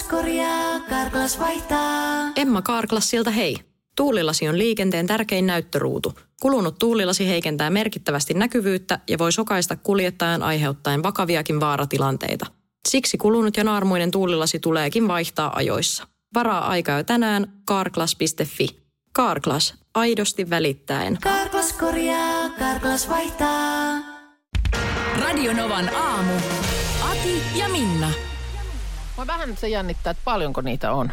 korjaa, Carglass vaihtaa. Emma Carglassilta hei. Tuulilasi on liikenteen tärkein näyttöruutu. Kulunut tuulilasi heikentää merkittävästi näkyvyyttä ja voi sokaista kuljettajan aiheuttaen vakaviakin vaaratilanteita. Siksi kulunut ja naarmuinen tuulilasi tuleekin vaihtaa ajoissa. Varaa aikaa jo tänään carglass.fi. Carglass, aidosti välittäen. Carglass korjaa, Carglass vaihtaa. Radio Novan aamu. Ati ja Minna. Mä vähän se jännittää, että paljonko niitä on.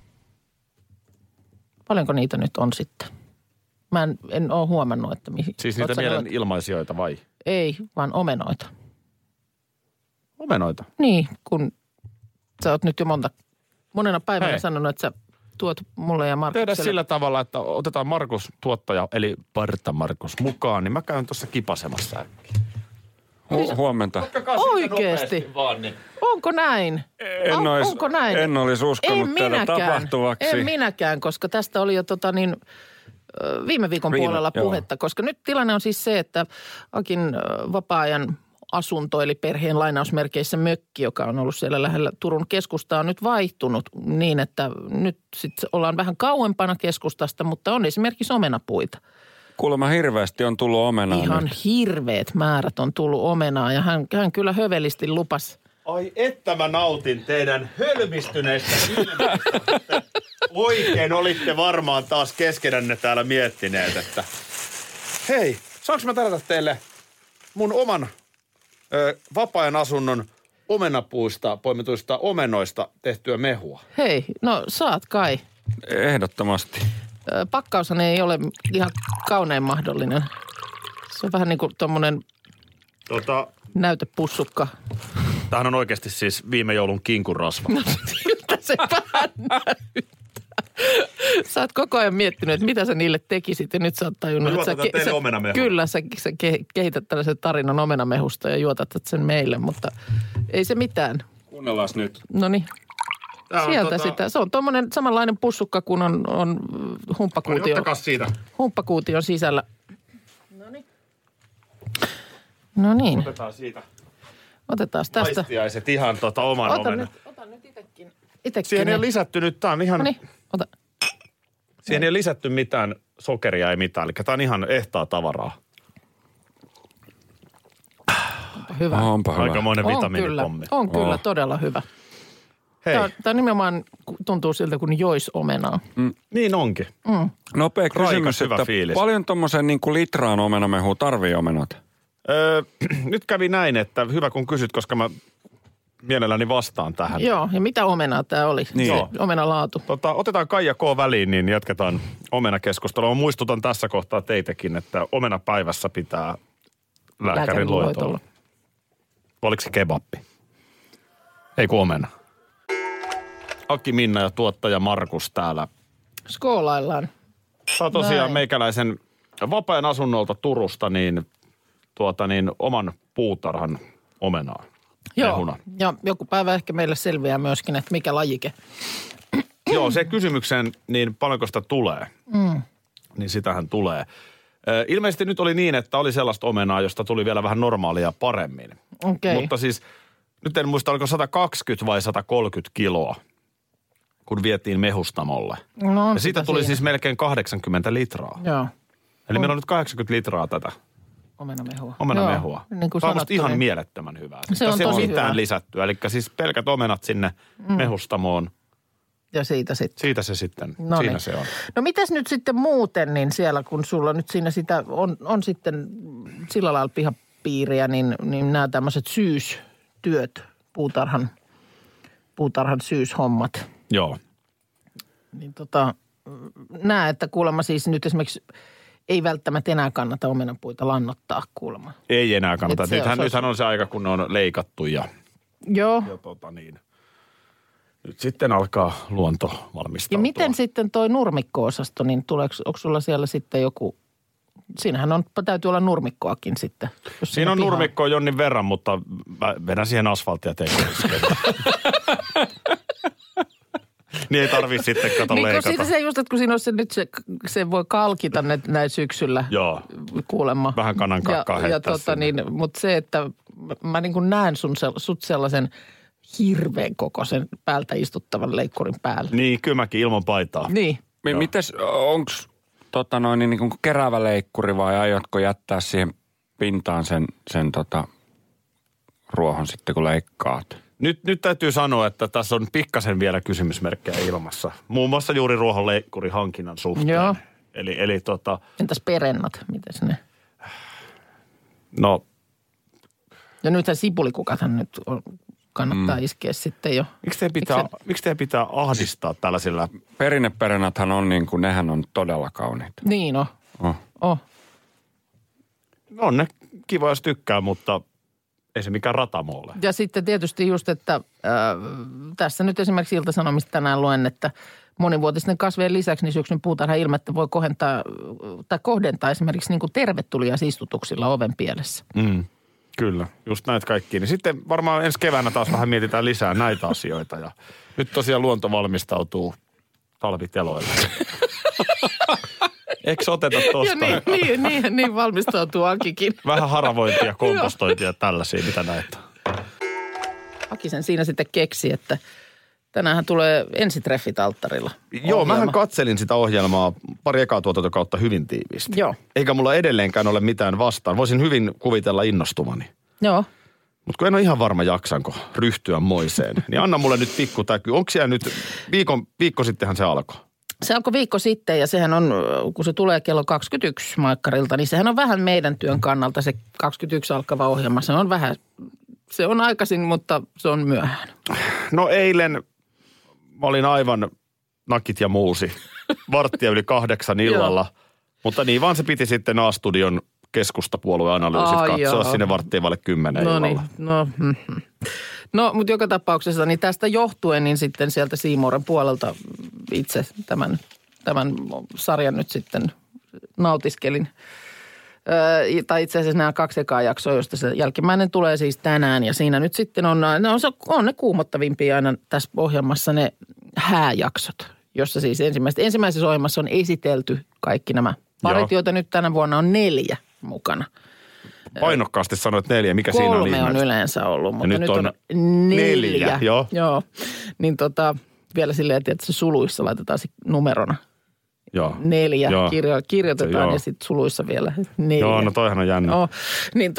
Paljonko niitä nyt on sitten? Mä en ole huomannut, että mihin. Siis niitä mielenilmaisijoita vai? Ei, vaan omenoita. Omenoita? Niin, kun sä oot nyt jo monena päivänä sanonut, että sä tuot mulle ja Markukselle. Tehdään sillä tavalla, että otetaan Markus tuottaja, eli Parta Markus mukaan, niin mä käyn tuossa kipasemassa äkkiä. Huomenta. Oikeesti? Vaan, niin. Onko näin? Onko näin? En olisi uskonut tätä tapahtuvaksi. En minäkään, koska tästä oli jo viime viikon puolella puhetta. Koska nyt tilanne on siis se, että Akin vapaa-ajan asunto, eli perheen lainausmerkeissä mökki, joka on ollut siellä lähellä Turun keskustaa, on nyt vaihtunut niin, että nyt sitten ollaan vähän kauempana keskustasta, mutta on esimerkiksi omenapuita. Kuulemma hirveästi on tullut omenaa. Ihan nyt. hirveät määrät on tullut omenaa ja hän kyllä hövelisti lupasi. Ai että mä nautin teidän hölmistyneistä ilmeistä. Oikein olitte varmaan taas keskenänne täällä miettineet, että hei, saanko mä tarjota teille mun oman vapaa-ajan asunnon omenapuista poimituista omenoista tehtyä mehua? Hei, no saat kai. Ehdottomasti. Pakkaushan ei ole ihan kaunein mahdollinen. Se on vähän niin kuin tommonen näytepussukka. Tämähän on oikeasti siis viime joulun kinkurasva. No siltä se vähän näyttää. Sä oot koko ajan miettinyt, että mitä sä niille tekisit ja nyt sä oot tajunnut, että kyllä sä kehität tällaisen tarinan omenamehusta ja juotat sen meille, mutta ei se mitään. Kuunnellaan nyt. Noniin. Sieltä sitä. Se on tuommoinen samanlainen pussukka kuin on humppakuutio. Ottakaa siitä. Humppakuution sisällä. No niin. Otetaan siitä. Otetaan tästä. Maistiaiset ihan oman omena. Otan nyt itekin. Siihen ei ole lisätty nyt, tää on ihan... Noniin, ota. Siihen ei ole lisätty mitään sokeria, ei mitään. Eli tää on ihan ehtaa tavaraa. Hyvä. Onpa hyvä. Aikamoinen vitamiinipommi. On kyllä todella hyvä. Hei. Tämä nimenomaan tuntuu siltä kuin jois omenaa. Niin onkin. Nopea kysymys, hyvä että fiilis. paljon tommosen niin kuin litraan omenamehua tarvii omenat? Nyt kävi näin, että hyvä kun kysyt, koska mä mielelläni vastaan tähän. Joo, ja mitä omenaa tämä oli? Niin. Se omenalaatu. Otetaan Kaija K. väliin, niin jatketaan omenakeskustelua. Muistutan tässä kohtaa teitäkin, että omenapäivässä pitää lääkärin luetolla. Oliko se kebappi? Ei kun omena. Aki, Minna ja tuottaja Markus täällä. Skoolaillaan. Tämä on tosiaan meikäläisen vapaa-ajan asunnolta Turusta, niin oman puutarhan omenaa. Joo, mehuna. ja joku päivä ehkä meille selviää myöskin, että mikä lajike. Joo, se kysymykseen, niin paljonko sitä tulee, niin sitähän tulee. Ilmeisesti nyt oli niin, että oli sellaista omenaa, josta tuli vielä vähän normaalia paremmin. Okay. Mutta siis, nyt en muista, oliko 120 vai 130 kiloa, kun vietiin mehustamolle. No, ja siitä tuli siis melkein 80 litraa. Joo. Eli meillä on nyt 80 litraa tätä. Omenamehua. Niin kuin tämä on musta ihan mielettömän hyvää. Se on tosi mitään hyvä. lisättyä. Eli siis pelkät omenat sinne mehustamoon. Ja siitä sitten. Siitä se sitten. Noniin. Siinä se on. No mitäs nyt sitten muuten, niin siellä kun sulla nyt siinä sitä on sitten sillä lailla pihapiiriä, niin nämä tämmöiset syystyöt, puutarhan syyshommat. Joo. Niin näe, että kuulemma siis nyt esimerkiksi ei välttämättä enää kannata omenapuita lannottaa kuulemma. Ei enää kannata. Nythän on se aika, kun ne on leikattu ja nyt sitten alkaa luonto valmistautua. Ja miten sitten toi nurmikko-osasto, niin onko sulla siellä sitten joku, siinähän täytyy olla nurmikkoakin sitten. Siinä on nurmikkoa jonnin verran, mutta mä vedän siihen asfalttia tekemistä. Niin ei tarvitse sitten leikata. Siitä se just, että kun siinä on se voi kalkita näin syksyllä. Joo. Kuulemma. Vähän kanankakkaa heittää mutta se, että mä niin kuin näen sut sellaisen hirveän kokoisen päältä istuttavan leikkurin päällä. Niin, kyllä mäkin ilman paitaa. Niin. Mites, onks niin kuin keräävä leikkuri vai aiotko jättää siihen pintaan sen ruohon sitten, kun leikkaat? Nyt täytyy sanoa, että tässä on pikkasen vielä kysymysmerkkejä ilmassa. Muun muassa juuri ruohonleikkuri hankinnan suhteen. Joo. Eli Entäs perennat, mites ne? No. Ja nythän sipulikukathan nyt kannattaa iskeä sitten jo. Miksi teidän pitää ahdistaa tällaisilla? Perinneperennathan on niin kuin, nehän on todella kauniita. Niin on. Oh. On ne kiva, jos tykkää, mutta ei se mikään ratamo ole. Ja sitten tietysti just, että tässä nyt esimerkiksi Ilta-Sanomista tänään luen, että monivuotisten kasvien lisäksi niin syksyn puutarha-ilmettä voi kohdentaa esimerkiksi niin kuin tervetuliaisistutuksilla oven pielessä. Kyllä, just näitä kaikkia. Niin sitten varmaan ensi keväänä taas vähän mietitään lisää näitä asioita. Ja nyt tosiaan luonto valmistautuu talviteloille. Eikö oteta tosta? Niin valmistautuu Akikin. Vähän haravointia, kompostointia ja tällaisia, mitä näitä. Aki sen siinä sitten keksi, että tänäänhän tulee ensitreffit alttarilla. Joo, mähän katselin sitä ohjelmaa pari ekaa tuotantokautta hyvin tiiviisti. Joo. Eikä mulla edelleenkään ole mitään vastaan. Voisin hyvin kuvitella innostuvani. Joo. Mutta kun en ole ihan varma jaksanko ryhtyä moiseen, niin anna mulle nyt pikku täky. Onko siellä nyt, viikko sittenhän se alkoi? Se alkoi viikko sitten ja sehän on, kun se tulee kello 21 Maikkarilta, niin sehän on vähän meidän työn kannalta se 21 alkava ohjelma. Se on aikaisin, mutta se on myöhään. No eilen mä olin aivan nakit ja muusi. 7:15 illalla. Mutta niin vaan se piti sitten A-studion keskustapuolueanalyysit katsoa sinne 7:10 illalla. Niin, no, mutta joka tapauksessa niin tästä johtuen niin sitten sieltä C-Moren puolelta itse tämän sarjan nyt sitten nautiskelin. Tai itse asiassa nämä 2 ekaa jaksoa, josta se jälkimmäinen tulee siis tänään. Ja siinä nyt sitten on ne kuumottavimpia aina tässä ohjelmassa ne hääjaksot, jossa siis ensimmäisessä ohjelmassa on esitelty kaikki nämä parit, joita nyt tänä vuonna on 4 mukana. Painokkaasti sanoit 4, mikä siinä on 3 on yleensä ollut, mutta nyt on 4. Joo. Niin vielä silleen, että se suluissa laitetaan numerona. Joo. 4 kirjoitetaan ja sitten suluissa vielä 4. Joo, no toihan on jännä. Niin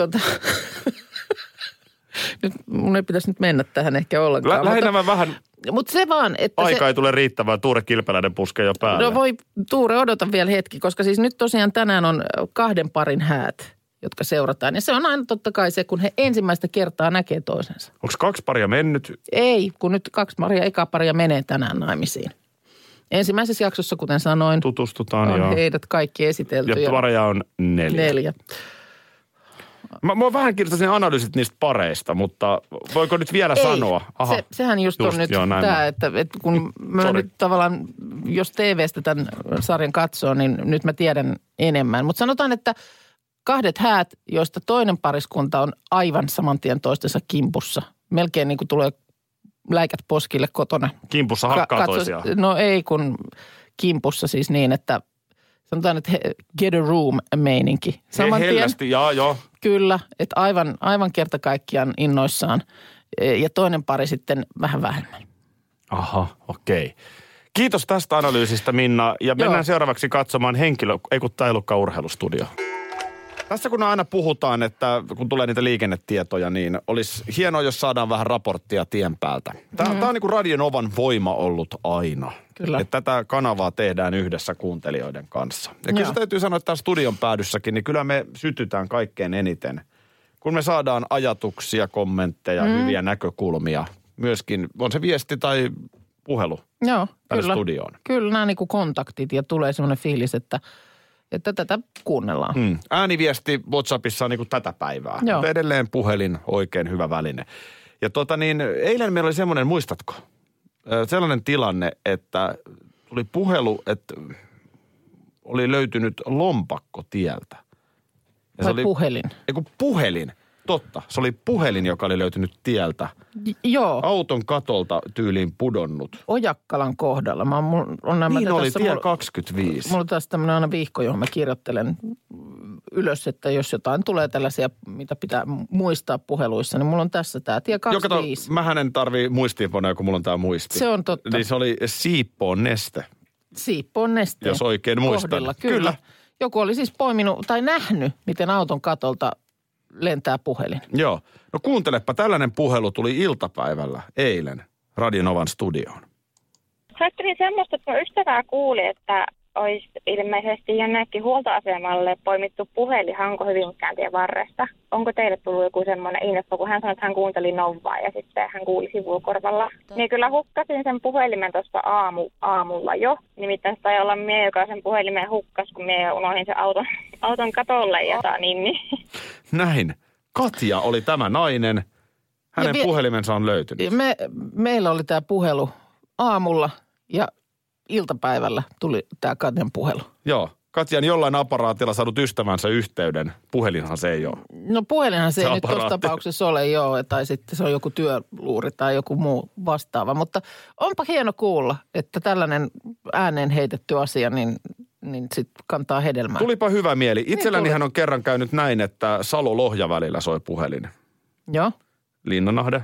nyt mun ei pitäisi nyt mennä tähän ehkä ollenkaan. Lähinnä mä vähän. Mutta se vaan, että aika ei tule riittävää, Tuure Kilpeläinen puskee jo päälle. No voi Tuure, odota vielä hetki, koska siis nyt tosiaan tänään on 2 parin häät, jotka seurataan. Ja se on aina totta kai se, kun he ensimmäistä kertaa näkee toisensa. Onko 2 paria mennyt? Ei, kun nyt 2 ekaa paria menee tänään naimisiin. Ensimmäisessä jaksossa, kuten sanoin, tutustutaan on heidät kaikki esitelty. Ja pareja on 4. Mä vähän kirjoittaisin analyysit niistä pareista, mutta voiko nyt vielä sanoa? Aha, sehän just on nyt tämä, että kun mä nyt tavallaan, jos TV:stä tämän sarjan katsoo, niin nyt mä tiedän enemmän. Mutta sanotaan, että 2 häät, joista toinen pariskunta on aivan saman tien toistensa kimpussa. Melkein niin kuin tulee läikät poskille kotona. Kimpussa hakkaa toisiaan. No ei, kun kimpussa siis niin, että sanotaan, että get a room meininki. Saman hellästi, joo. Kyllä, että aivan kerta kaikkiaan innoissaan. Ja toinen pari sitten vähän vähemmän. Aha, okei. Kiitos tästä analyysistä, Minna. Ja mennään seuraavaksi katsomaan tämä ei ollutkaan urheilustudio. Tässä kun aina puhutaan, että kun tulee niitä liikennetietoja, niin olisi hienoa, jos saadaan vähän raporttia tien päältä. Tämä on niin kuin Radio Novan voima ollut aina. Kyllä. Että tätä kanavaa tehdään yhdessä kuuntelijoiden kanssa. Ja kyllä se täytyy sanoa, että täällä studion päädyssäkin, niin kyllä me sytytään kaikkein eniten. Kun me saadaan ajatuksia, kommentteja, hyviä näkökulmia. Myöskin on se viesti tai puhelu tänne studioon. Kyllä nämä niin kuin kontaktit ja tulee semmoinen fiilis, että tätä kuunnellaan. Ääniviesti WhatsAppissa on niin kuin tätä päivää. Joo. Mutta edelleen puhelin oikein hyvä väline. Ja eilen meillä oli semmoinen, muistatko? Sellainen tilanne, että tuli puhelu, että oli löytynyt lompakko tieltä. Ja se oli puhelin? Puhelin. Totta. Se oli puhelin, joka oli löytynyt tieltä. Joo. Auton katolta tyyliin pudonnut. Ojakkalan kohdalla. Niin oli, tie 25. Mulla on taas tämmöinen aina vihko, johon mä kirjoittelen ylös, että jos jotain tulee tällaisia, mitä pitää muistaa puheluissa, niin mulla on tässä tämä tie 25. Mähän en tarvii muistiinpanoja, kun mulla on tämä muisti. Se on totta. Niin se oli Siippoon neste. Siippoon neste. Jos oikein muistan. Kohdilla, kyllä. Joku oli siis poiminut tai nähnyt, miten auton katolta lentää puhelin. Joo. No kuuntelepa, tällainen puhelu tuli iltapäivällä eilen Radio Novan studioon. Soittelin semmoista, että mun ystävää kuuli, että olisi ilmeisesti jonnekin huoltoasemalle poimittu puhelin Hanko-Hyvinkään tien varresta. Onko teille tullut joku semmoinen info, kun hän sanoi, että hän kuunteli Novaa ja sitten hän kuuli sivukorvalla. Niin kyllä hukkasin sen puhelimen tuossa aamulla jo. Nimittäin se tai olla mie, joka sen puhelimen hukkas, kun mie unohdin sen auton katolle ja niin. Näin. Katja oli tämä nainen. Hänen puhelimensa on löytynyt. Meillä oli tämä puhelu aamulla ja iltapäivällä tuli tämä Katjan puhelu. Joo. Katjan jollain aparaatilla saanut ystävänsä yhteyden. Puhelinhan se ei ole. No puhelinhan se ei nyt tuossa tapauksessa ole, joo. Tai sitten se on joku työluuri tai joku muu vastaava. Mutta onpa hieno kuulla, että tällainen ääneen heitetty asia, niin sitten kantaa hedelmää. Tulipa hyvä mieli. Itsellänihän on kerran käynyt näin, että Salo-Lohja välillä soi puhelin. Joo. Linnanahde.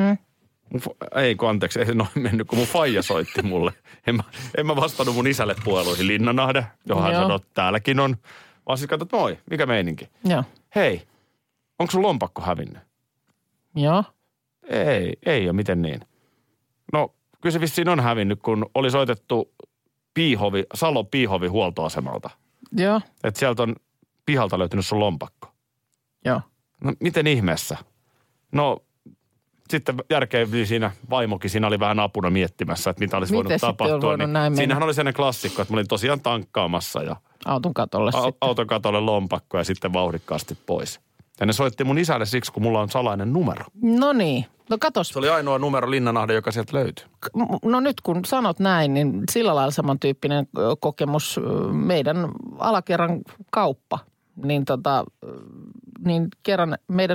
Ei noin mennyt, kun mun faija soitti mulle. En mä vastannut mun isälle puheluihin Linnanahde, johon hän sanoi, että täälläkin on. Vaan siis katsot, moi, mikä meininki? Joo. Hei, onko sun lompakko hävinnyt? Joo. Ei ole, miten niin? No, kyllä se vissiin on hävinnyt, kun oli soitettu Salon Piihovi huoltoasemalta. Joo. Että sieltä on pihalta löytynyt sun lompakko. Joo. No, miten ihmeessä? No, sitten järkeä siinä, vaimokin siinä oli vähän apuna miettimässä, että mitä olisi voinut tapahtua. Niin siinähän oli sellainen klassikko, että mä olin tosiaan tankkaamassa ja auton katolle auton katolle lompakko ja sitten vauhdikkaasti pois. Ja ne soitti mun isälle siksi, kun mulla on salainen numero. No niin, no katos. Se oli ainoa numero Linnanahde, joka sieltä löytyi. No nyt kun sanot näin, niin sillä lailla samantyyppinen kokemus meidän alakerran kauppa. Niin kerran meidän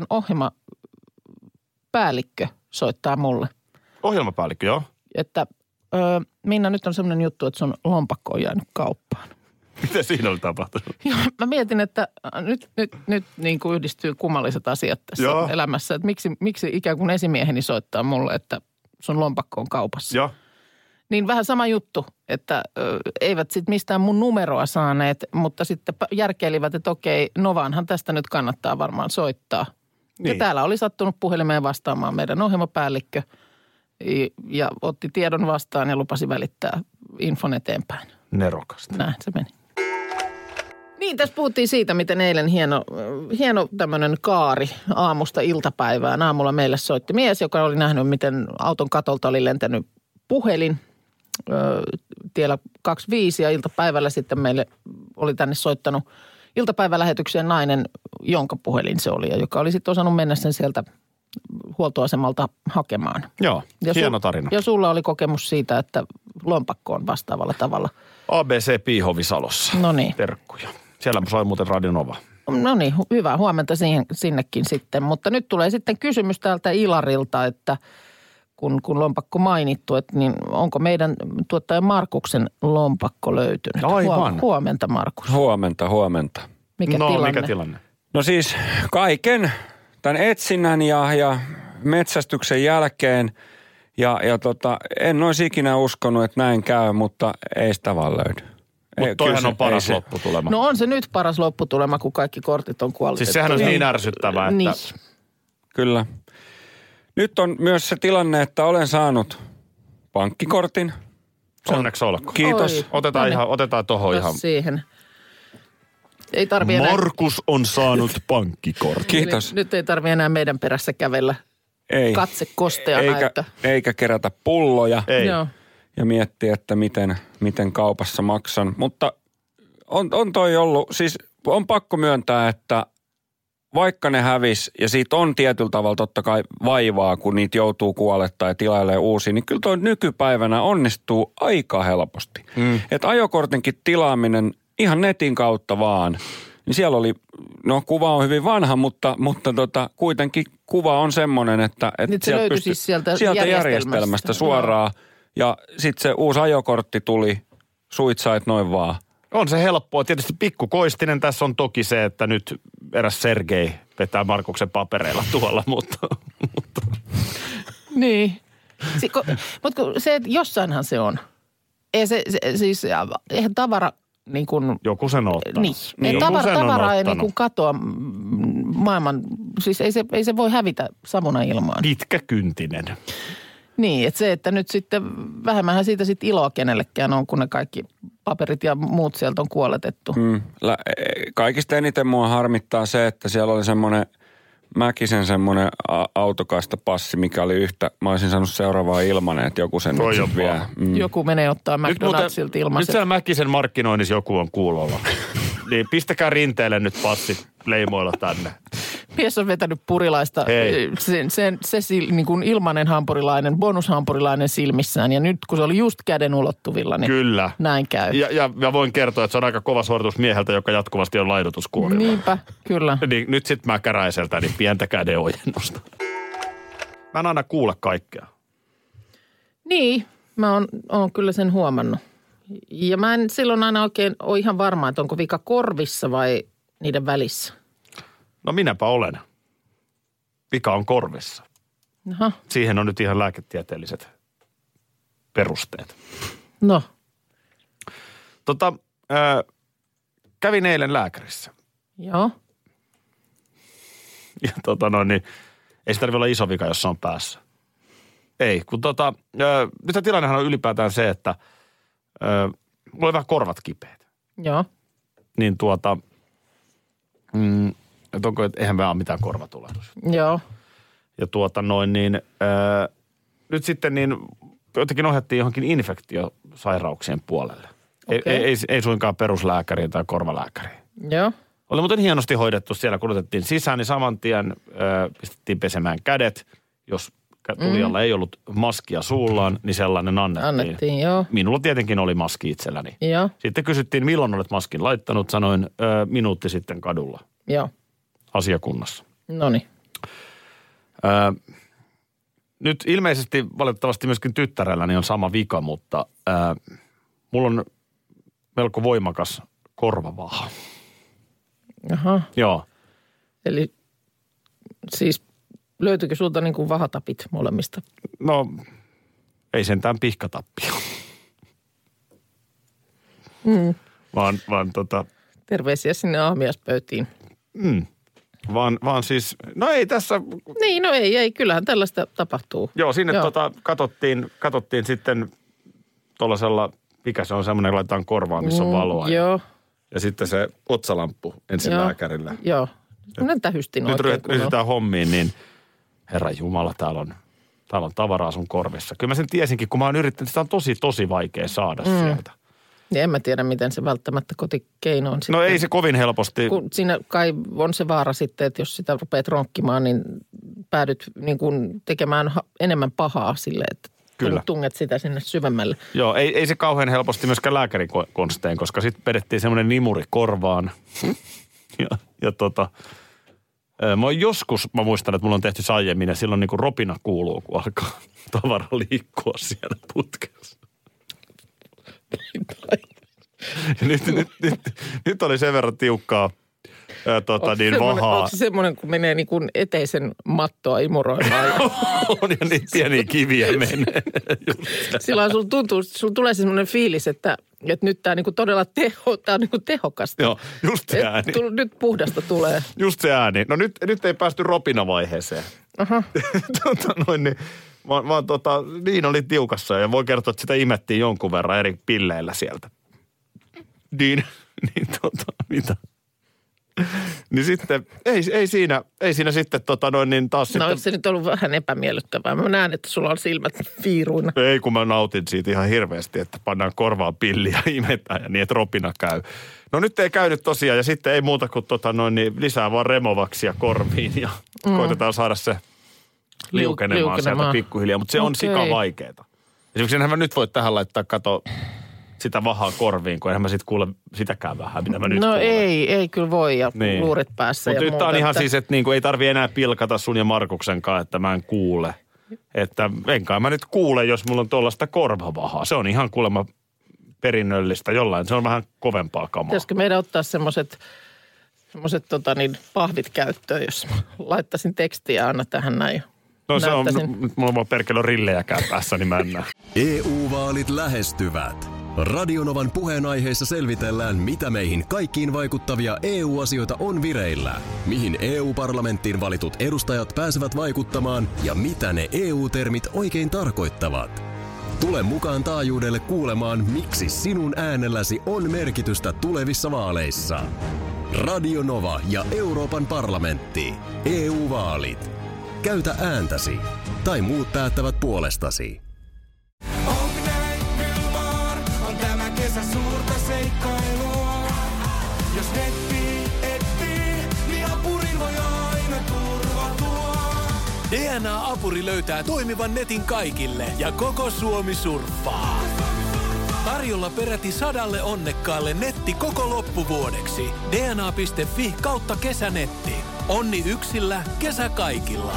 ohjelmapäällikkö soittaa mulle. Ohjelmapäällikkö, joo. Että Minna, nyt on semmoinen juttu, että sun lompakko on jäänyt kauppaan. Mitä siinä oli tapahtunut? Joo, mä mietin, että nyt niin kuin yhdistyy kummalliset asiat tässä elämässä. Että miksi ikään kuin esimieheni soittaa mulle, että sun lompakko on kaupassa. Joo. Niin vähän sama juttu, että eivät sitten mistään mun numeroa saaneet, mutta sitten järkeilivät, että okei, Novanhan tästä nyt kannattaa varmaan soittaa. Niin. Ja täällä oli sattunut puhelimeen vastaamaan meidän ohjelmapäällikkö ja otti tiedon vastaan ja lupasi välittää infon eteenpäin. Nerokasta. Näin se meni. Niin, tässä puhuttiin siitä, miten eilen hieno tämmöinen kaari aamusta iltapäivään. Aamulla meille soitti mies, joka oli nähnyt, miten auton katolta oli lentänyt puhelin tiellä 25 ja iltapäivällä sitten meille oli tänne soittanut iltapäivälähetykseen nainen, jonka puhelin se oli ja joka oli sitten osannut mennä sen sieltä huoltoasemalta hakemaan. Joo, hieno tarina. Ja sulla oli kokemus siitä, että lompakko on vastaavalla tavalla. ABC Piihovi Salossa. No niin. Terkkuja. Siellä soi muuten Radio Nova. No niin, hyvää huomenta sinnekin sitten. Mutta nyt tulee sitten kysymys täältä Ilarilta, että kun lompakko mainittu, että niin onko meidän tuottaja Markuksen lompakko löytynyt? Aivan. Huomenta, Markus. Huomenta. Mikä tilanne? No siis kaiken tämän etsinnän ja metsästyksen jälkeen en olisi ikinä uskonut, että näin käy, mutta ei sitä vaan löydy. Mutta toihan on paras lopputulema. No on se nyt paras lopputulema, kun kaikki kortit on kuolletettu. Siis sehän on niin ärsyttävää, että... Niin. Kyllä. Nyt on myös se tilanne, että olen saanut pankkikortin. Onneksi olkoon. Kiitos. Otetaan tohon ihan. Siihen. Ei tarvitse Markus on saanut pankkikortin. Kiitos. Nyt ei tarvitse enää meidän perässä kävellä. Ei. Katse kosteana. Eikä kerätä pulloja. Ei. Joo. Ja miettiä, että miten kaupassa maksan. Mutta on toi ollut, siis on pakko myöntää, että vaikka ne hävis ja siitä on tietyllä tavalla totta kai vaivaa, kun niitä joutuu kuolettaa ja tilailemaan uusia, niin kyllä toi nykypäivänä onnistuu aika helposti. Että ajokortinkin tilaaminen ihan netin kautta vaan, niin siellä oli, no kuva on hyvin vanha, mutta kuitenkin kuva on semmoinen, että sieltä löytyi siis sieltä järjestelmästä suoraan. Ja sitten se uusi ajokortti tuli, suitsait noin vaan On se helppoa. Tietysti pikkukoistinen tässä on toki se, että nyt eräs Sergei vetää Markuksen papereilla tuolla, mutta. Niin. Mutta se, että jossainhan se on. Eihän tavara niin kuin. Joku sen ottaa. Niin. Tavara ei niin kuin katoa maailman, siis ei se voi hävitä savuna ilmaan. Pitkäkyntinen. Niin, että se, että nyt sitten vähemmänhän siitä sitten iloa kenellekään on, kun ne kaikki paperit ja muut sieltä on kuoletettu. Kaikista eniten mua harmittaa se, että siellä oli semmoinen Mäkisen semmoinen autokaistapassi, mikä oli yhtä, mä olisin saanut seuraavaa ilmanen, että joku sen nyt sitten vie. Joku menee ottaa McDonaldsilta ilmaiset. Nyt siellä Mäkisen markkinoinnissa joku on kuulolla. Niin pistäkää rinteelle nyt passit leimoilla tänne. Mies on vetänyt purilaista, se niin kuin ilmainen hampurilainen, bonushampurilainen silmissään. Ja nyt kun se oli just käden ulottuvilla, niin kyllä. Näin käy. Ja voin kertoa, että se on aika kova suoritus mieheltä, joka jatkuvasti on laidotuskuorilla. Niinpä, kyllä. Niin, nyt sit Mäkäräiseltä, niin pientä käden ojennusta. Mä en aina kuule kaikkea. Niin, mä oon kyllä sen huomannut. Ja mä en silloin aina oikein ole ihan varma, että onko vika korvissa vai niiden välissä. No minäpä olen. Vika on korvissa. Aha. Siihen on nyt ihan lääketieteelliset perusteet. No. Kävin eilen lääkärissä. Joo. Ja niin ei se tarvitse olla iso vika, jos se on päässä. Ei, kun nyt tilannehan on ylipäätään se, että mulla on vähän korvat kipeät. Joo. Niin että onko, että eihän mä ole mitään korvatulehdusta. Joo. Ja nyt sitten jotenkin ohjattiin johonkin infektiosairauksien puolelle. Okay. Ei suinkaan peruslääkäriin tai korvalääkäriin. Joo. Oli muuten hienosti hoidettu siellä, kun otettiin sisään, niin saman tien pistettiin pesemään kädet. Jos tulijalla ei ollut maskia suullaan, niin sellainen annettiin. Joo. Minulla tietenkin oli maski itselläni. Joo. Sitten kysyttiin, milloin olet maskin laittanut. Sanoin minuutti sitten kadulla. Joo. Asiakunnassa. Noniin. Nyt ilmeisesti valitettavasti myöskin tyttärelläni on sama vika, mutta mulla on melko voimakas korvavaha. Aha. Joo. Eli siis löytyykö sulta niin kuin vahatapit molemmista? No, ei sentään pihkatappia. Vaan Terveisiä sinne aamiaispöytiin. Vaan siis, no ei tässä. Niin, no ei, kyllähän tällaista tapahtuu. Joo, sinne katsottiin sitten tuollaisella, mikä se on semmoinen, laitetaan korvaan, missä on valoa. Joo. Ja sitten se otsalamppu ensin lääkärillä. Joo, semmoinen tähystin oikein. Nyt ryhdytään hommiin, niin herra jumala, täällä on tavaraa sun korvissa. Kyllä mä sen tiesinkin, kun mä oon yrittänyt, sitä on tosi vaikea saada sieltä. Ja en mä tiedä, miten se välttämättä kotikeino on sitten. No ei se kovin helposti. Kun siinä kai on se vaara sitten, että jos sitä rupeat ronkkimaan, niin päädyt niin kuin tekemään enemmän pahaa sille, että kyllä. Tunget sitä sinne syvemmälle. Joo, ei se kauhean helposti myöskään lääkärikonstein, koska sitten vedettiin semmoinen nimuri korvaan. Mä muistan, että mulla on tehty se aiemmin ja silloin niin kuin ropina kuuluu, kun alkaa tavara liikkua siellä putkessa. Nyt oli sen verran tiukkaa vahaa. Onko se semmoinen, kun menee niin kuin eteisen mattoa imuroimaan? On ja niitä pieniä kiviä menee. Silloin sulla tulee semmoinen fiilis, että nyt tämä niinku todella tää on niinku tehokasta. Joo, just se ääni. Nyt puhdasta tulee. Just se ääni. No nyt ei päästy ropinavaiheeseen. Aha. Niin oli tiukassa ja voi kertoa, että sitä imettiin jonkun verran eri pilleillä sieltä. Mitä? Niin sitten, ei siinä sitten taas sitten. No olisi se nyt ollut vähän epämiellyttävää. Mä näen, että sulla on silmät fiiruina. Ei, kun mä nautin siitä ihan hirveästi, että pannaan korvaan pilliä ja imetään ja niin, että ropina käy. No nyt ei käynyt tosiaan ja sitten ei muuta kuin lisää vaan removaksia korviin ja koitetaan saada se liukenemaan sieltä pikkuhiljaa. Mutta se on sika vaikeeta. Esimerkiksi enhän mä nyt voi tähän laittaa sitä vahaa korviin, kun enhän mä sitten kuule sitäkään vähän, mitä mä nyt kuulen. No ei kyllä voi ja niin. Luurit päässä ja muuta. Mutta nyt on ihan siis, että niinku ei tarvi enää pilkata sun ja Markuksenkaan, että mä en kuule. Että enkaan mä nyt kuule, jos mulla on tuollaista korvavahaa. Se on ihan kuulemma perinnöllistä, jollain se on vähän kovempaa kamaa. Pitäisikö meidän ottaa semmoiset pahvit käyttöön, jos laittaisin tekstiä aina tähän näin. No se on, mulla on vaan perkele rillejäkään päässä, niin mä en näe. EU-vaalit lähestyvät. Radionovan puheenaiheessa selvitellään, mitä meihin kaikkiin vaikuttavia EU-asioita on vireillä, mihin EU-parlamenttiin valitut edustajat pääsevät vaikuttamaan ja mitä ne EU-termit oikein tarkoittavat. Tule mukaan taajuudelle kuulemaan, miksi sinun äänelläsi on merkitystä tulevissa vaaleissa. Radio Nova ja Euroopan parlamentti. EU-vaalit. Käytä ääntäsi. Tai muut päättävät puolestasi. On tämä kesä suurta seikkailua. Jos etsii, niin apurin voi aina turvautua. DNA-apuri löytää toimivan netin kaikille ja koko Suomi surffaa. Tarjolla peräti 100 onnekkaalle netti koko loppuvuodeksi. dna.fi/kesänetti. Onni yksillä, kesä kaikilla.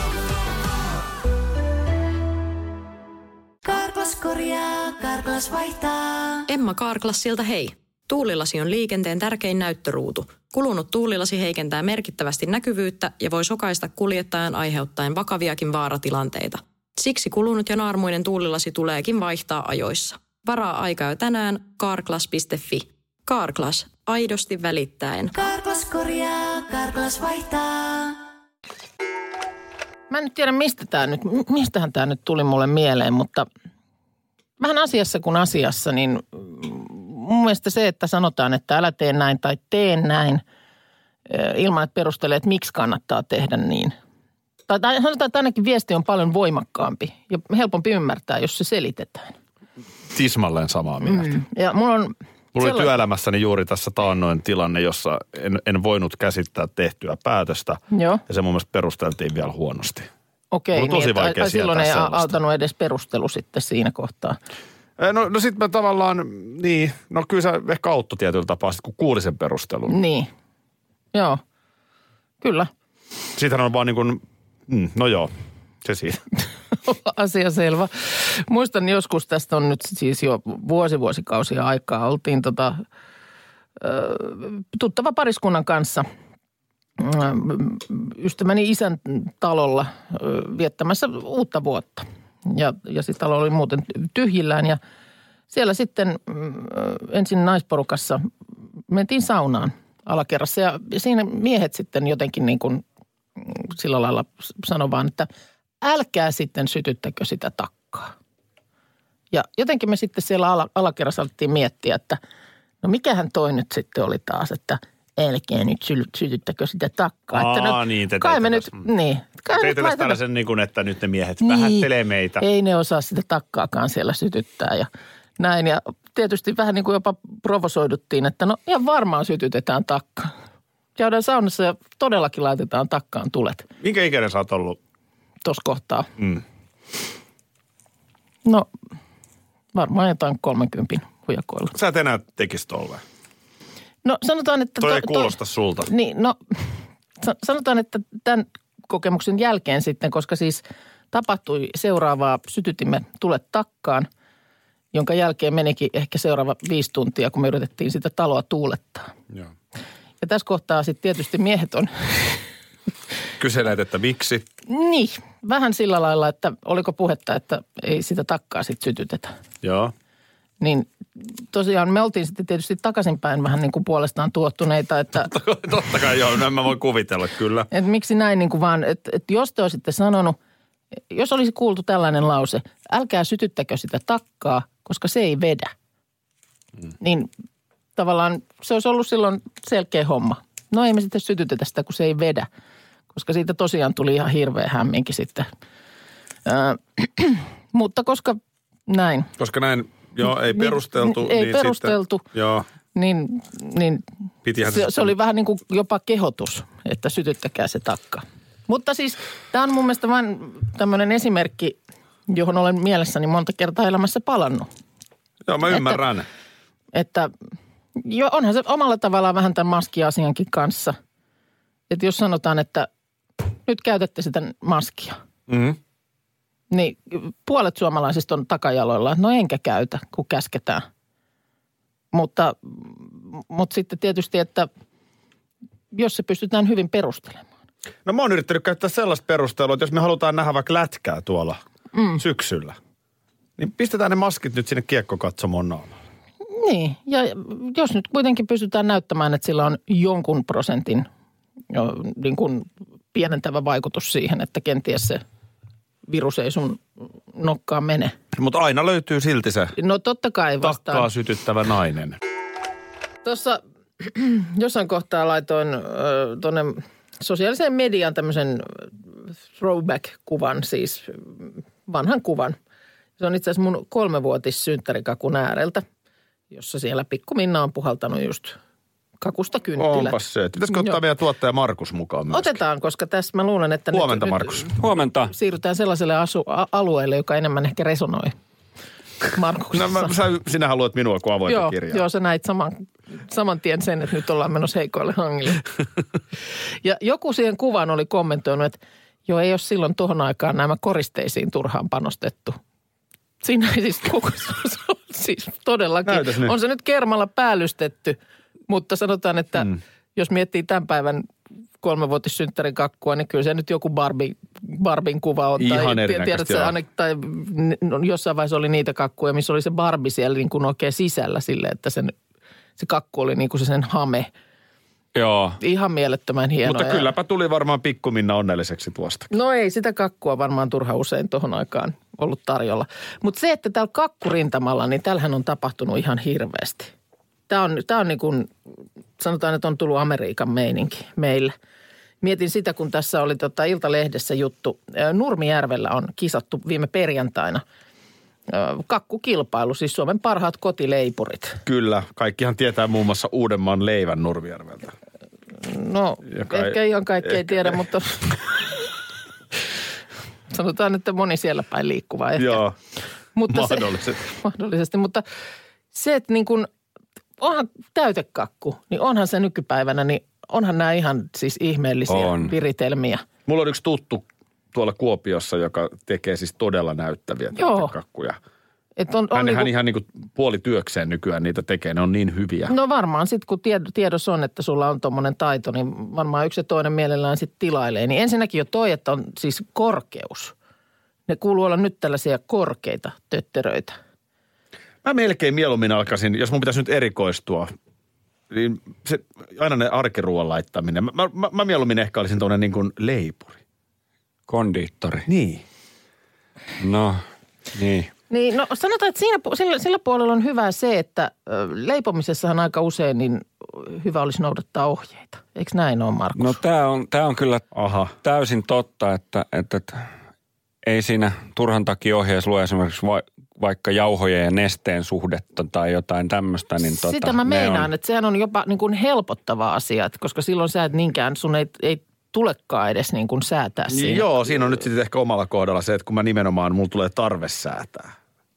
Karklas korjaa, Karklas vaihtaa. Emma Karklassilta hei. Tuulilasi on liikenteen tärkein näyttöruutu. Kulunut tuulilasi heikentää merkittävästi näkyvyyttä ja voi sokaista kuljettajan aiheuttaen vakaviakin vaaratilanteita. Siksi kulunut ja naarmuinen tuulilasi tuleekin vaihtaa ajoissa. Varaa aikaa jo tänään karklas.fi. Karklas, aidosti välittäen. Karklas korjaa, Karklas vaihtaa. Mä en nyt tiedä, mistähän tämä nyt tuli mulle mieleen, mutta vähän asiassa kuin asiassa, niin mun mielestä se, että sanotaan, että älä tee näin tai tee näin, ilman että perustelee, että miksi kannattaa tehdä niin. Tai sanotaan, että ainakin viesti on paljon voimakkaampi ja helpompi ymmärtää, jos se selitetään. Tismalleen samaa mieltä. Ja mulla oli työelämässäni juuri tässä taannoin tilanne, jossa en voinut käsittää tehtyä päätöstä. Joo. Ja se mun mielestä perusteltiin vielä huonosti. Okei, niin että silloin ei autanut edes perustelu sitten siinä kohtaa. No sit mä tavallaan, niin, no kyllä se ehkä auttoi tietyllä tapaa, kun kuuli sen perustelun. Niin, joo, kyllä. Siitähän on vaan niin kuin, no joo, se siitä. Asia selvä. Muistan joskus, tästä on nyt siis jo vuosikausia aikaa, oltiin tuttava pariskunnan kanssa ystäväni isän talolla viettämässä uutta vuotta. Ja se talo oli muuten tyhjillään ja siellä sitten ensin naisporukassa mentiin saunaan alakerrassa ja siinä miehet sitten jotenkin niin kuin sillä lailla sanoi vaan, että älkää sitten sytyttäkö sitä takkaa. Ja jotenkin me sitten siellä alakerrassa alettiin miettiä, että no mikähän toi nyt sitten oli taas, että älkää nyt sytyttäkö sitä takkaa. Että no, niin, te kai me nyt, niin. Teitte tässä tällaisen niin kuin, että nyt ne miehet vähättelee meitä. Ei ne osaa sitä takkaakaan siellä sytyttää ja näin. Ja tietysti vähän niin kuin jopa provosoiduttiin, että no ihan varmaan sytytetään takkaa. Käydään saunassa ja todellakin laitetaan takkaan tulet. Minkä ikäinen sä oot ollut? Tuossa kohtaa. No, varmaan jotain 30 hujakoilla. Sä et enää tekisi tolleen. No sanotaan, että... Toi ei kuulosta sulta. Niin, no sanotaan, että tämän kokemuksen jälkeen sitten, koska siis tapahtui seuraavaa, sytytimme tulet takkaan, jonka jälkeen menikin ehkä seuraava 5 tuntia, kun me yritettiin sitä taloa tuulettaa. Joo. Ja tässä kohtaa sitten tietysti miehet on... Kyseleet, että miksi? Niin, vähän sillä lailla, että oliko puhetta, että ei sitä takkaa sitten sytytetä. Joo. Niin tosiaan me oltiin sitten tietysti takaisinpäin vähän niin kuin puolestaan tuottuneita, että... Totta kai joo, näin mä voin kuvitella kyllä. Että miksi näin niin kuin vaan, että jos te olisitte sanonut, jos olisi kuultu tällainen lause, älkää sytyttäkö sitä takkaa, koska se ei vedä. Niin tavallaan se olisi ollut silloin selkeä homma. No ei me sitten sytytetä sitä, kun se ei vedä, koska siitä tosiaan tuli ihan hirveä hämminki sitten. Mutta näin. Koska näin... Joo, ei perusteltu. Ei niin perusteltu. Sitten, joo. Niin se oli vähän niin kuin jopa kehotus, että sytyttäkää se takka. Mutta siis tämä on mun mielestä vain tämmöinen esimerkki, johon olen mielessäni monta kertaa elämässä palannut. Joo, mä ymmärrän. Että jo onhan se omalla tavallaan vähän tämän maskiasiankin kanssa. Että jos sanotaan, että nyt käytätte sitä maskia. Niin puolet suomalaisista on takajaloilla, no enkä käytä, kun käsketään. Mutta sitten tietysti, että jos se pystytään hyvin perustelemaan. No mä oon yrittänyt käyttää sellaista perustelua, että jos me halutaan nähdä vaikka lätkää tuolla syksyllä, niin pistetään ne maskit nyt sinne kiekkokatsomoon naamalle. Niin, ja jos nyt kuitenkin pystytään näyttämään, että sillä on jonkun prosentin niin kuin pienentävä vaikutus siihen, että kenties se virus ei sun nokkaan mene. Mutta aina löytyy silti se totta kai takkaa sytyttävä nainen. Tuossa jossain kohtaa laitoin tuonne sosiaaliseen mediaan tämmöisen throwback-kuvan, siis vanhan kuvan. Se on itse asiassa mun 3-vuotissynttärikakun ääreltä, jossa siellä pikku Minna on puhaltanut just kakusta kynttilät. Onpas se. Pitäisikö ottaa meidän tuottaja Markus mukaan myöskin? Otetaan, koska tässä mä luulen, että huomenta, Markus. Huomenta. Siirrytään sellaiselle alueelle, joka enemmän ehkä resonoi Markuksessa. No, sinä haluat minua, kun avointa kirjaa. Joo, sä näit saman tien sen, että nyt ollaan menossa heikoille hangille. Ja joku siihen kuvaan oli kommentoinut, että joo, ei ole silloin tuohon aikaan nämä koristeisiin turhaan panostettu. Siinä ei siis siis todellakin. On se nyt kermalla päällystetty, mutta sanotaan, että jos miettii tämän päivän 3-vuotissynttärin kakkua, niin kyllä se nyt joku Barbin kuva on. Ihan erinäköistä, tai jossain vaiheessa oli niitä kakkuja, missä oli se Barbie siellä niin kuin oikein sisällä silleen, että se kakku oli niin kuin se sen hame. Joo. Ihan mielettömän hienoa. Mutta kylläpä tuli varmaan pikku Minna onnelliseksi tuosta. No ei sitä kakkua varmaan turha usein tuohon aikaan ollut tarjolla. Mutta se, että täällä kakkurintamalla, niin täällähän on tapahtunut ihan hirveästi. Tämä on niin kuin, sanotaan, että on tullut Amerikan meininki meille. Mietin sitä, kun tässä oli Iltalehdessä juttu. Nurmijärvellä on kisattu viime perjantaina kakkukilpailu, siis Suomen parhaat kotileipurit. Kyllä, kaikkihan tietää muun muassa Uudenmaan leivän Nurmijärveltä. No, ehkä ihan kaikki ei tiedä, mutta sanotaan, että moni siellä päin liikkuva ehkä. Joo, mutta mahdollisesti. Mutta se, että niin kuin onhan täytekakku, niin onhan se nykypäivänä, niin onhan nämä ihan siis ihmeellisiä viritelmiä. Mulla on yksi tuttu tuolla Kuopiossa, joka tekee siis todella näyttäviä täytekakkuja. Hän ihan niin kuin puolityökseen nykyään niitä tekee, ne on niin hyviä. No varmaan sitten, kun tiedossa on, että sulla on tommoinen taito, niin varmaan yksi ja toinen mielellään sitten tilailee. Niin ensinnäkin jo toi, että on siis korkeus. Ne kuuluu olla nyt tällaisia korkeita tötteröitä. Mä melkein mieluummin alkaisin, jos mun pitäisi nyt erikoistua, niin se aina ne arkiruoan laittaminen. Mä mieluummin ehkä olisin tuollainen niin kuin leipuri. Kondiittori. Niin. No, niin. Niin, no sanotaan, että sillä puolella on hyvä se, että leipomisessahan aika usein niin hyvä olisi noudattaa ohjeita. Eikö näin ole, Markus? No tämä on kyllä täysin totta, että ei siinä turhan takia ohjeessa lue esimerkiksi vaikka jauhojen ja nesteen suhdetta tai jotain tämmöistä. Niin sitä mä meinaan, että sehän on jopa niin kuin helpottava asia, koska silloin sä et niinkään, sun ei tulekaan edes niin kuin säätää siinä. Joo, siinä on nyt sitten ehkä omalla kohdalla se, että kun mä nimenomaan, mulla tulee tarve säätää.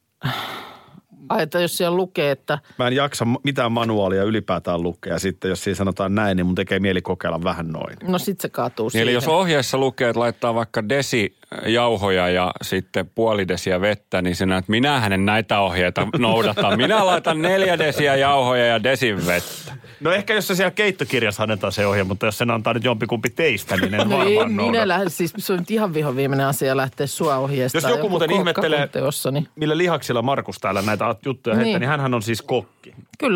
Ai, että jos siellä lukee, että mä en jaksa mitään manuaalia ylipäätään lukea. Ja sitten jos siinä sanotaan näin, niin mun tekee mieli kokeilla vähän noin. No sit se kaatuu siihen. Eli jos ohjeessa lukee, että laittaa vaikka desi jauhoja ja sitten puoli desiä vettä, niin sinä, että minähän en näitä ohjeita noudata. Minä laitan 4 desiä jauhoja ja desin vettä. No ehkä jos se siellä keittokirjassa annetaan se ohje, mutta jos sen antaa nyt jompikumpi teistä, niin en varmaan noudata. Siis se on ihan vihoviimeinen asia lähteä sua ohjeesta. Jos joku muuten ihmettelee, millä lihaksilla Markus täällä näitä juttuja heittää, niin hänhän on siis kokki.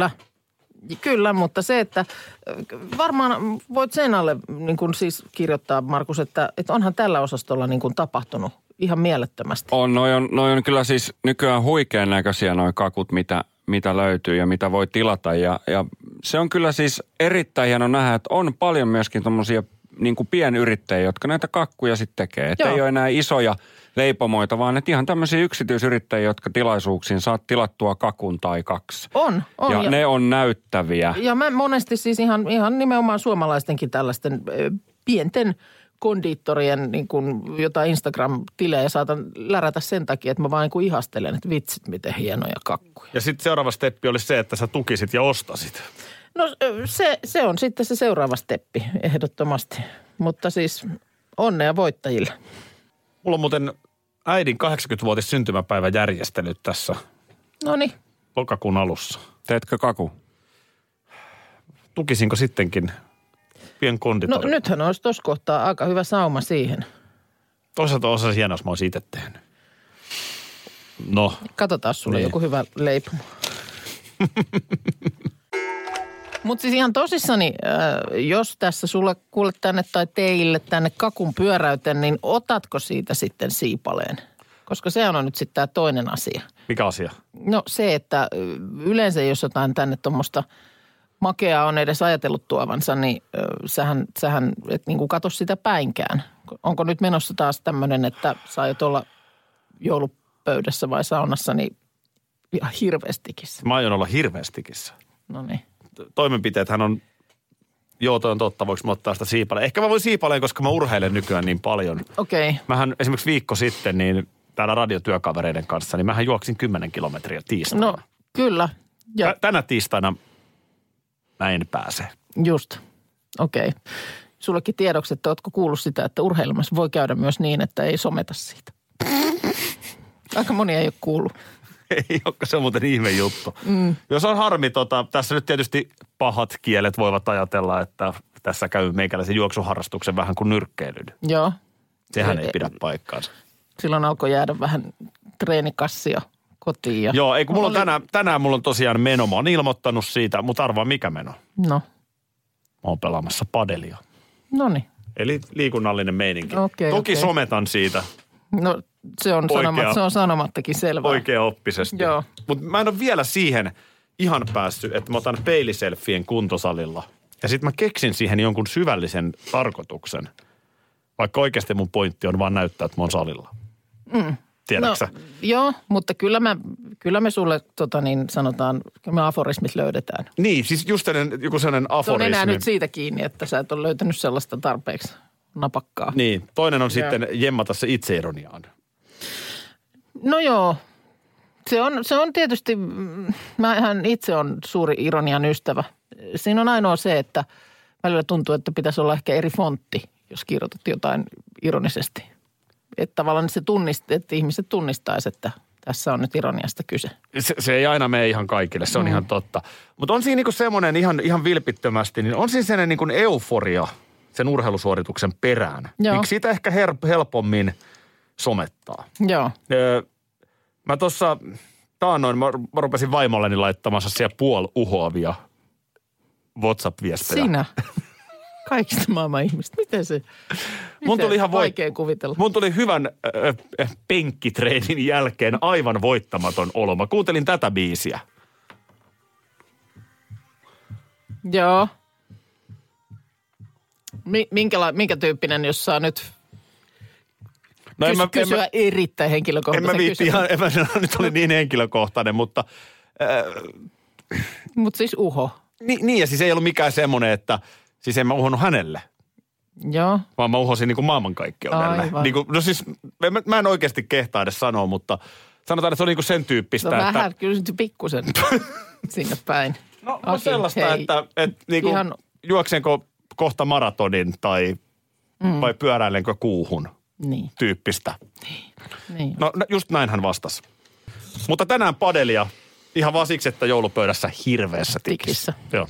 Kyllä, mutta se, että varmaan voit sen alle niin kuin siis kirjoittaa, Markus, että onhan tällä osastolla niin kuin tapahtunut ihan mielettömästi. Noi on kyllä siis nykyään huikean näköisiä noi kakut, mitä löytyy ja mitä voi tilata. Ja se on kyllä siis erittäin hieno nähdä, että on paljon myöskin tommosia niin kuin pienyrittäjiä, jotka näitä kakkuja sitten tekee. Että ei ole enää isoja leipomoita, vaan että ihan tämmöisiä yksityisyrittäjiä, jotka tilaisuuksiin saat tilattua kakun tai 2. On. Ja ne on näyttäviä. Ja mä monesti siis ihan nimenomaan suomalaistenkin tällaisten pienten kondiittorien niin kuin jotain Instagram-tilejä saatan lärätä sen takia, että mä vaan niin kuin ihastelen, että vitsit, miten hienoja kakkuja. Ja sitten seuraava steppi olisi se, että sä tukisit ja ostasit. No se on sitten se seuraava steppi ehdottomasti, mutta siis onnea voittajille. Mulla on muuten äidin 80-vuotis syntymäpäivä järjestelyt tässä. Noniin. lokakuun alussa. Teetkö kaku? Tukisinko sittenkin pien konditori? No nythän olisi tuossa kohtaa aika hyvä sauma siihen. Toisaalta olisi hienoa, jos mä olisin itse tehnyt. No. Katsotaan sulle niin. joku hyvä leipomo. Mutta siis ihan tosissani, jos tässä sulle kuule tänne tai teille tänne kakun pyöräyten, niin otatko siitä sitten siipaleen? Koska se on nyt sitten tämä toinen asia. Mikä asia? No se, että yleensä jos jotain tänne tuommoista makeaa on edes ajatellut tuovansa, niin sähän et niin kuin katso sitä päinkään. Onko nyt menossa taas tämmöinen, että saa jo tuolla joulupöydässä vai saunassa, niin ihan hirveästikissä? Mä aion olla hirveästikissä. No niin. Toimenpiteethän on, joo toi on totta, voiko mä ottaa sitä siipaleen? Ehkä mä voin siipaleen, koska mä urheilen nykyään niin paljon. Okei. Okay. Mähän esimerkiksi viikko sitten, niin täällä radiotyökavereiden kanssa, niin mähän juoksin 10 kilometriä tiistaina. No kyllä. Ja Tänä tiistaina mä en pääse. just, okei. Okay. Sullekin tiedoksi, että ootko kuullut sitä, että urheilemassa voi käydä myös niin, että ei someta siitä. Aika moni ei ole kuullut. Ei olekaan, se on muuten ihme juttu. Jos on harmi, tässä nyt tietysti pahat kielet voivat ajatella, että tässä käy meikäläisen juoksuharrastuksen vähän kuin nyrkkeilyn. Joo. Sehän ei pidä paikkaansa. Silloin alkoi jäädä vähän treenikassia kotiin. Ja joo, ei kun mulla on tänään mulla on tosiaan meno. Mä oon ilmoittanut siitä, mutta arvaa mikä meno. No. Mä oon pelaamassa padelia. Noniin. Eli liikunnallinen meininki. Toki okei. sometan siitä. No se on sanomattakin selvää. Oikeaoppisesti. Joo. Mutta mä en ole vielä siihen ihan päässyt, että mä otan peiliselfien kuntosalilla. Ja sitten mä keksin siihen jonkun syvällisen tarkoituksen. Vaikka oikeasti mun pointti on vaan näyttää, että mä oon salilla. Tiedätkö no, joo, mutta kyllä me sulle sanotaan, me aforismit löydetään. Niin, siis just joku sellainen aforismi. Se on enää nyt siitä kiinni, että sä et ole löytänyt sellaista tarpeeksi napakkaa. Niin, toinen on sitten jemmata se itseironiaan. No joo, se on tietysti, mähän itse on suuri ironian ystävä. Siinä on ainoa se, että välillä tuntuu, että pitäisi olla ehkä eri fontti, jos kirjoitat jotain ironisesti. Että tavallaan se että ihmiset tunnistaisi, että tässä on nyt ironiasta kyse. Se ei aina mene ihan kaikille, se on ihan totta. Mutta on siinä niinku semmoinen ihan vilpittömästi, niin on siinä sellainen niinku euforia sen urheilusuorituksen perään. Miksi siitä ehkä helpommin somettaa. Joo. Mä tuossa taannoin, mä rupesin vaimolleni laittamassa siellä puoluhoavia WhatsApp-viestejä. Sinä? Kaikista maailman ihmistä. Miten se? Mun tuli ihan vaikea kuvitella. Mun tuli hyvän penkkitreenin jälkeen aivan voittamaton olo. Mä kuuntelin tätä biisiä. Joo. Minkä tyyppinen, jos saa nyt kysyä erittäin henkilökohtaisen kysymyksen? En mä nyt oli niin henkilökohtainen, mutta mutta siis uho. Niin, ja siis ei ollut mikään semmoinen, että siis en mä uhonnut hänelle. Joo. Vaan mä uhosin niin kuin maailmankaikkeudelle. Niin kuin, no siis mä en oikeasti kehtaa edes sanoa, mutta sanotaan, että se on niin kuin sen tyyppistä. No vähän, kyllä se pikkusen sinne päin. No sellaista, että niin kuin ihan juoksenko kohta maratonin tai vai pyöräilenkö kuuhun tyyppistä. Niin. No just näin hän vastasi. Mutta tänään padelia ihan vaan siksi, että joulupöydässä hirveässä tikissä. Joo.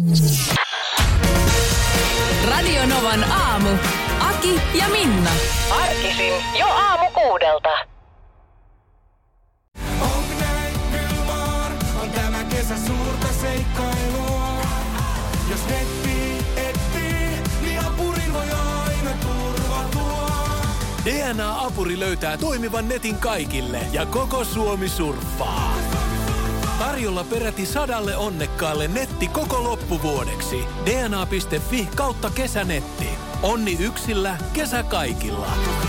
Radio Novan aamu. Aki ja Minna. Arkisin jo aamu 6:00. On tämä kesä suurta seikkailua. Jos etsii, niin apurin voi aina turvautua. DNA-apuri löytää toimivan netin kaikille ja koko Suomi surffaa. Tarjolla peräti 100 onnekkaalle netti koko loppuvuodeksi. dna.fi/kesänetti. Onni yksillä, kesä kaikilla.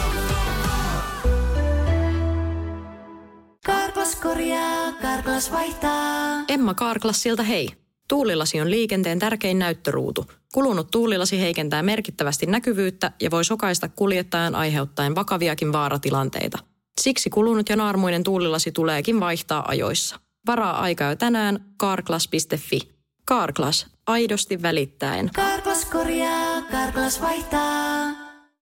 Karklas korjaa, Karklas vaihtaa. Emma Karklassilta hei. Tuulilasi on liikenteen tärkein näyttöruutu. Kulunut tuulilasi heikentää merkittävästi näkyvyyttä ja voi sokaista kuljettajan aiheuttaen vakaviakin vaaratilanteita. Siksi kulunut ja naarmuinen tuulilasi tuleekin vaihtaa ajoissa. Varaa aikaa jo tänään carglass.fi. Carglass, aidosti välittäen. Karklas korjaa, Karklas vaihtaa.